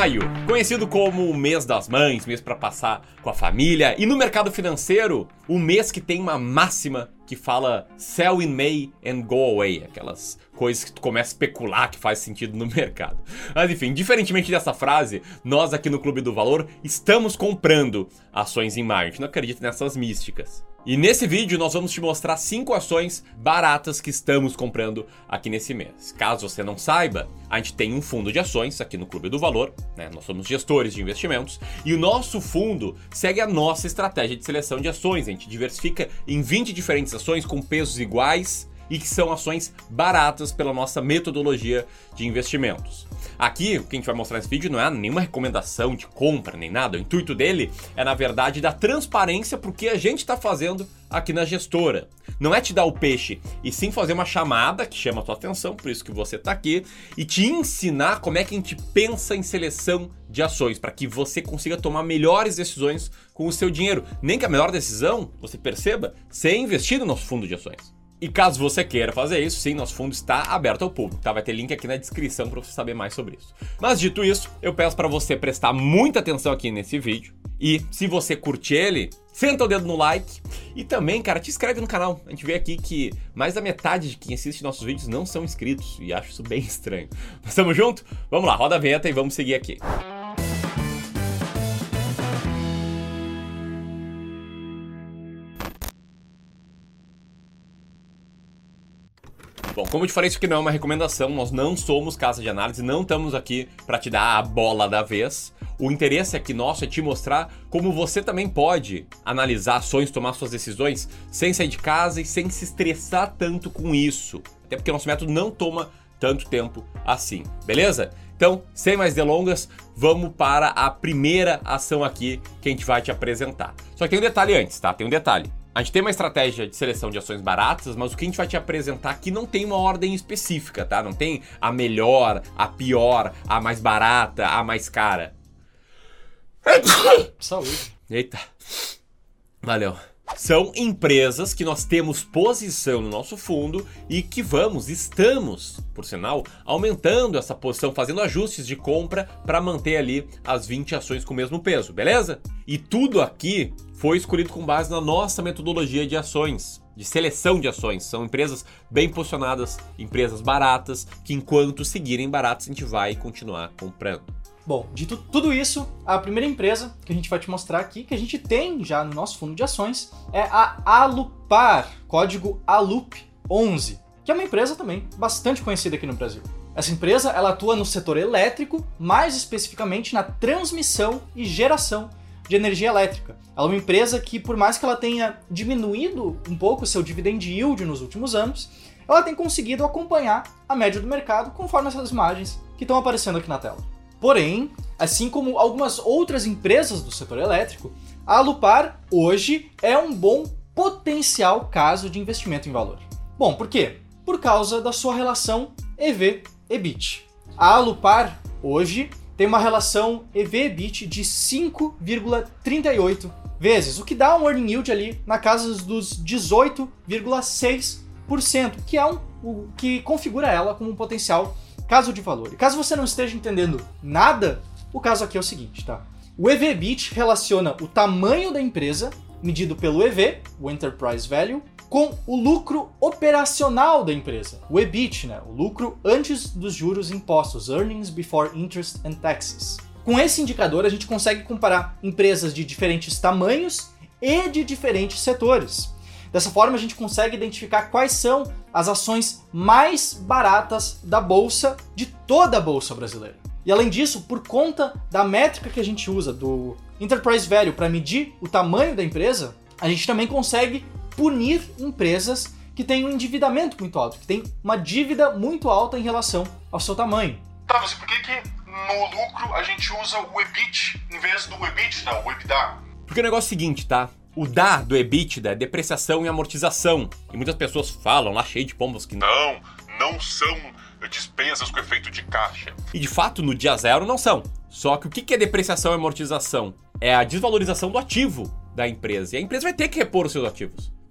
Maio, conhecido como o mês das mães, mês para passar com a família, e no mercado financeiro, o mês que tem uma máxima que fala sell in May and go away, aquelas coisas que tu começa a especular que faz sentido no mercado. Mas enfim, diferentemente dessa frase, nós aqui no Clube do Valor estamos comprando ações em maio, a gente não acredita nessas místicas. E nesse vídeo nós vamos te mostrar 5 ações baratas que estamos comprando aqui nesse mês. Caso você não saiba, a gente tem um fundo de ações aqui no Clube do Valor, né? Nós somos gestores de investimentos e o nosso fundo segue a nossa estratégia de seleção de ações. A gente diversifica em 20 diferentes ações com pesos iguais e que são ações baratas pela nossa metodologia de investimentos. Aqui, o que a gente vai mostrar nesse vídeo não é nenhuma recomendação de compra nem nada. O intuito dele é, na verdade, dar transparência para o que a gente está fazendo aqui na gestora. Não é te dar o peixe, e sim fazer uma chamada que chama a tua atenção, por isso que você está aqui, e te ensinar como é que a gente pensa em seleção de ações, para que você consiga tomar melhores decisões com o seu dinheiro. Nem que a melhor decisão, você perceba, seja investir no nosso fundo de ações. E caso você queira fazer isso, sim, nosso fundo está aberto ao público, tá? Vai ter link aqui na descrição para você saber mais sobre isso. Mas dito isso, eu peço para você prestar muita atenção aqui nesse vídeo. E se você curte ele, senta o dedo no like. E também, cara, te inscreve no canal. A gente vê aqui que mais da metade de quem assiste nossos vídeos não são inscritos. E acho isso bem estranho. Mas tamo junto? Vamos lá, roda a vinheta e vamos seguir aqui. Bom, como eu te falei, isso aqui não é uma recomendação, nós não somos casa de análise, não estamos aqui para te dar a bola da vez. O interesse aqui nosso é te mostrar como você também pode analisar ações, tomar suas decisões sem sair de casa e sem se estressar tanto com isso. Até porque o nosso método não toma tanto tempo assim, beleza? Então, sem mais delongas, vamos para a primeira ação aqui que a gente vai te apresentar. Só que tem um detalhe antes, tá? Tem um detalhe. A gente tem uma estratégia de seleção de ações baratas, mas o que a gente vai te apresentar aqui não tem uma ordem específica, tá? Não tem a melhor, a pior, a mais barata, a mais cara. Saúde. Eita. Valeu. São empresas que nós temos posição no nosso fundo e que estamos, por sinal, aumentando essa posição, fazendo ajustes de compra para manter ali as 20 ações com o mesmo peso, beleza? E tudo aqui foi escolhido com base na nossa metodologia de ações, de seleção de ações. São empresas bem posicionadas, empresas baratas, que enquanto seguirem baratas a gente vai continuar comprando. Bom, dito tudo isso, a primeira empresa que a gente vai te mostrar aqui, que a gente tem já no nosso fundo de ações, é a Alupar, código ALUP11, que é uma empresa também bastante conhecida aqui no Brasil. Essa empresa ela atua no setor elétrico, mais especificamente na transmissão e geração de energia elétrica. Ela é uma empresa que, por mais que ela tenha diminuído um pouco o seu dividend yield nos últimos anos, ela tem conseguido acompanhar a média do mercado conforme essas imagens que estão aparecendo aqui na tela. Porém, assim como algumas outras empresas do setor elétrico, a Alupar hoje é um bom potencial caso de investimento em valor. Bom, por quê? Por causa da sua relação EV/EBIT. A Alupar hoje tem uma relação EV/EBIT de 5,38 vezes, o que dá um earning yield ali na casa dos 18,6%, que é o que configura ela como um potencial caso de valor. E caso você não esteja entendendo nada, o caso aqui é o seguinte, tá? O EV/EBIT relaciona o tamanho da empresa, medido pelo EV, o Enterprise Value, com o lucro operacional da empresa, o EBIT, né? O lucro antes dos juros e impostos, Earnings Before Interest and Taxes. Com esse indicador, a gente consegue comparar empresas de diferentes tamanhos e de diferentes setores. Dessa forma, a gente consegue identificar quais são as ações mais baratas da bolsa, de toda a bolsa brasileira. E além disso, por conta da métrica que a gente usa do Enterprise Value para medir o tamanho da empresa, a gente também consegue punir empresas que têm um endividamento muito alto, que têm uma dívida muito alta em relação ao seu tamanho. Tá, mas por que no lucro a gente usa o EBIT em vez do EBITDA, o EBITDA? Porque o negócio é o seguinte, tá? O DA do EBITDA é depreciação e amortização. E muitas pessoas falam lá cheio de pombos que não são despesas com efeito de caixa. E de fato, no dia zero não são. Só que o que é depreciação e amortização? É a desvalorização do ativo da empresa. E a empresa vai ter que repor os seus ativos.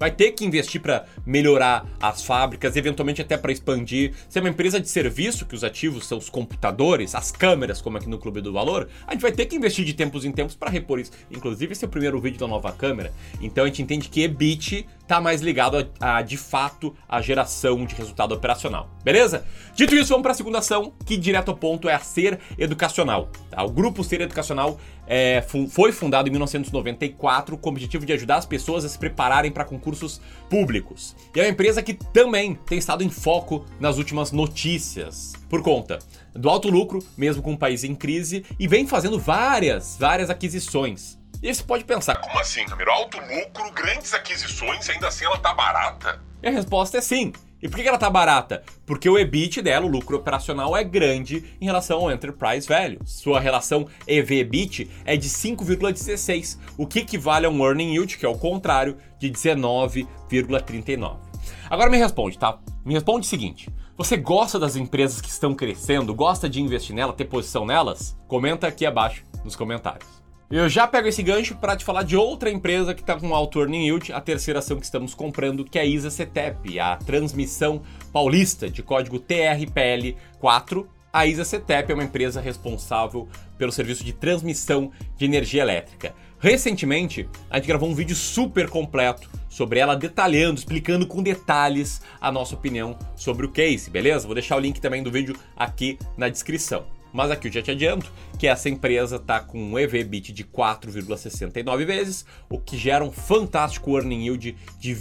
vai ter que investir para melhorar as fábricas, eventualmente até para expandir. Se é uma empresa de serviço, que os ativos são os computadores, as câmeras, como aqui no Clube do Valor, a gente vai ter que investir de tempos em tempos para repor isso. Inclusive, esse é o primeiro vídeo da nova câmera, então a gente entende que EBIT está mais ligado de fato, a geração de resultado operacional. Beleza? Dito isso, vamos para a segunda ação, que direto ao ponto é a Ser Educacional. Tá? O grupo Ser Educacional foi fundado em 1994 com o objetivo de ajudar as pessoas a se prepararem para concursos públicos. E é uma empresa que também tem estado em foco nas últimas notícias, por conta do alto lucro, mesmo com o país em crise, e vem fazendo várias aquisições. E aí você pode pensar, como assim, Camilo? Alto lucro, grandes aquisições, ainda assim ela tá barata? E a resposta é sim. E por que ela tá barata? Porque o EBIT dela, o lucro operacional, é grande em relação ao Enterprise Value. Sua relação EV/EBIT é de 5,16, o que equivale a um Earning Yield, que é o contrário, de 19,39. Agora me responde, tá? Me responde o seguinte: você gosta das empresas que estão crescendo? Gosta de investir nela, ter posição nelas? Comenta aqui abaixo nos comentários. Eu já pego esse gancho para te falar de outra empresa que está com alto earning yield, a terceira ação que estamos comprando, que é a ISA-CETEP, a Transmissão Paulista, de código TRPL4. A ISA-CETEP é uma empresa responsável pelo serviço de transmissão de energia elétrica. Recentemente, a gente gravou um vídeo super completo sobre ela, detalhando, explicando com detalhes a nossa opinião sobre o case, beleza? Vou deixar o link também do vídeo aqui na descrição. Mas aqui eu já te adianto que essa empresa está com um EV/EBIT de 4,69 vezes, o que gera um fantástico earning yield de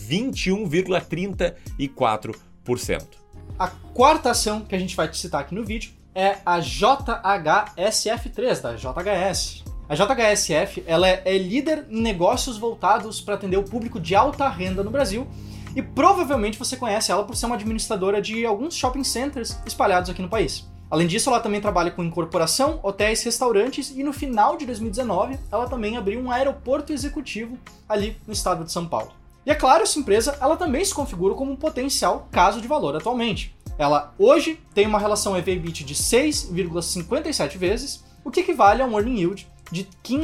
21,34%. A quarta ação que a gente vai te citar aqui no vídeo é a JHSF3, da JHS. A JHSF ela é líder em negócios voltados para atender o público de alta renda no Brasil, e provavelmente você conhece ela por ser uma administradora de alguns shopping centers espalhados aqui no país. Além disso, ela também trabalha com incorporação, hotéis, restaurantes, e no final de 2019 ela também abriu um aeroporto executivo ali no estado de São Paulo. E é claro, essa empresa ela também se configura como um potencial caso de valor atualmente. Ela hoje tem uma relação EV/EBIT de 6,57 vezes, o que equivale a um earning yield de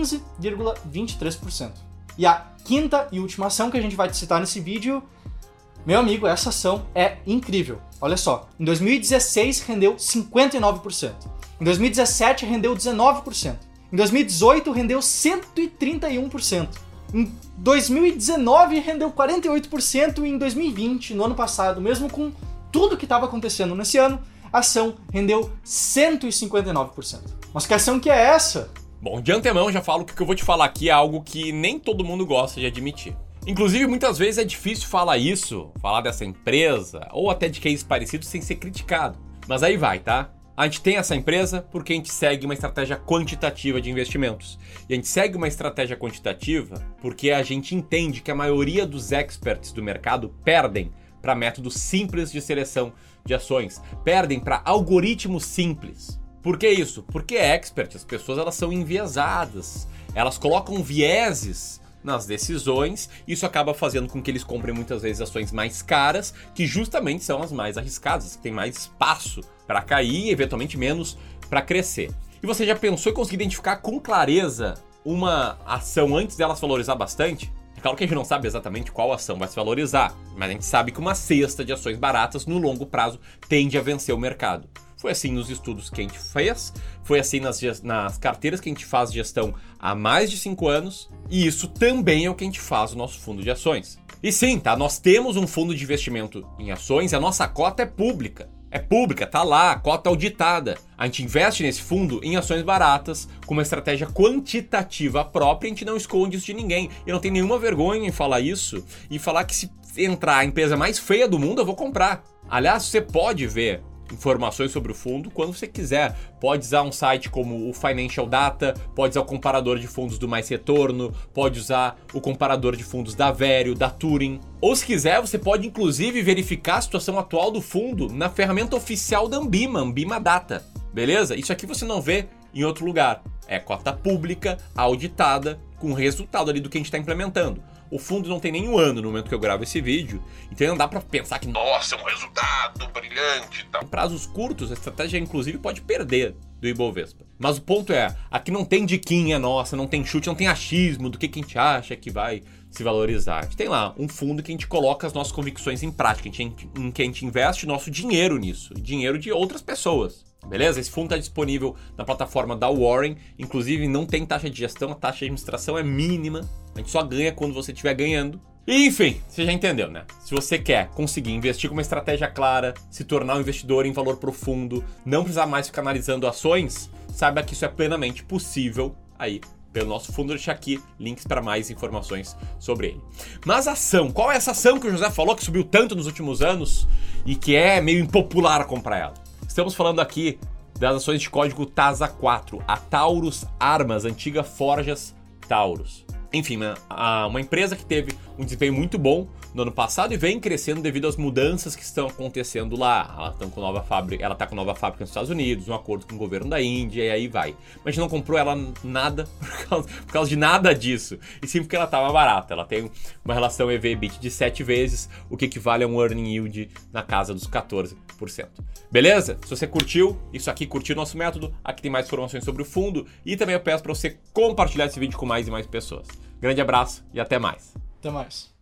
15,23%. E a quinta e última ação que a gente vai te citar nesse vídeo, meu amigo, essa ação é incrível. Olha só, em 2016 rendeu 59%, em 2017 rendeu 19%, em 2018 rendeu 131%, em 2019 rendeu 48% e em 2020, no ano passado, mesmo com tudo que estava acontecendo nesse ano, a ação rendeu 159%. Mas que ação que é essa? Bom, de antemão já falo que o que eu vou te falar aqui é algo que nem todo mundo gosta de admitir. Inclusive, muitas vezes é difícil falar dessa empresa, ou até de cases parecidos sem ser criticado. Mas aí vai, tá? A gente tem essa empresa porque a gente segue uma estratégia quantitativa de investimentos. E a gente segue uma estratégia quantitativa porque a gente entende que a maioria dos experts do mercado perdem para métodos simples de seleção de ações. Perdem para algoritmos simples. Por que isso? Porque as pessoas elas são enviesadas. Elas colocam vieses nas decisões, isso acaba fazendo com que eles comprem muitas vezes ações mais caras, que justamente são as mais arriscadas, que tem mais espaço para cair e eventualmente menos para crescer. E você já pensou em conseguir identificar com clareza uma ação antes dela se valorizar bastante? É claro que a gente não sabe exatamente qual ação vai se valorizar, mas a gente sabe que uma cesta de ações baratas no longo prazo tende a vencer o mercado. Foi assim nos estudos que a gente fez, foi assim nas carteiras que a gente faz de gestão há mais de 5 anos, e isso também é o que a gente faz no nosso fundo de ações. E sim, tá? Nós temos um fundo de investimento em ações, a nossa cota é pública. É pública, tá lá, a cota auditada. A gente investe nesse fundo em ações baratas, com uma estratégia quantitativa própria, a gente não esconde isso de ninguém. Eu não tenho nenhuma vergonha em falar isso e falar que se entrar a empresa mais feia do mundo, eu vou comprar. Aliás, você pode ver informações sobre o fundo quando você quiser. Pode usar um site como o Financial Data, pode usar o comparador de fundos do Mais Retorno, pode usar o comparador de fundos da Averro, da Turing. Ou se quiser, você pode inclusive verificar a situação atual do fundo na ferramenta oficial da Ambima Data. Beleza? Isso aqui você não vê em outro lugar. É cota pública, auditada, com o resultado ali do que a gente está implementando. O fundo não tem nenhum ano no momento que eu gravo esse vídeo, então não dá pra pensar que, nossa, é um resultado brilhante e tal. Em prazos curtos, a estratégia inclusive pode perder. do Ibovespa. Mas o ponto é, aqui não tem diquinha nossa, não tem chute, não tem achismo do que a gente acha que vai se valorizar. A gente tem lá um fundo que a gente coloca as nossas convicções em prática, em que a gente investe nosso dinheiro nisso, dinheiro de outras pessoas. Beleza? Esse fundo está disponível na plataforma da Warren, inclusive não tem taxa de gestão, a taxa de administração é mínima, a gente só ganha quando você estiver ganhando. E, enfim, você já entendeu, né? Se você quer conseguir investir com uma estratégia clara, se tornar um investidor em valor profundo, não precisar mais ficar analisando ações, saiba que isso é plenamente possível aí pelo nosso fundo. Deixa aqui links para mais informações sobre ele. Mas a ação, qual é essa ação que o José falou que subiu tanto nos últimos anos e que é meio impopular comprar ela? Estamos falando aqui das ações de código TASA4, a Taurus Armas, antiga Forjas Taurus. Enfim, uma empresa que teve um desempenho muito bom no ano passado e vem crescendo devido às mudanças que estão acontecendo lá. Ela está com nova fábrica nos Estados Unidos, um acordo com o governo da Índia e aí vai. Mas a gente não comprou ela nada por causa de nada disso, e sim porque ela estava barata. Ela tem uma relação EV/EBITDA de 7 vezes, o que equivale a um earning yield na casa dos 14%. Beleza? Se você curtiu isso aqui, curtiu o nosso método, aqui tem mais informações sobre o fundo e também eu peço para você compartilhar esse vídeo com mais e mais pessoas. Grande abraço e até mais. Até mais.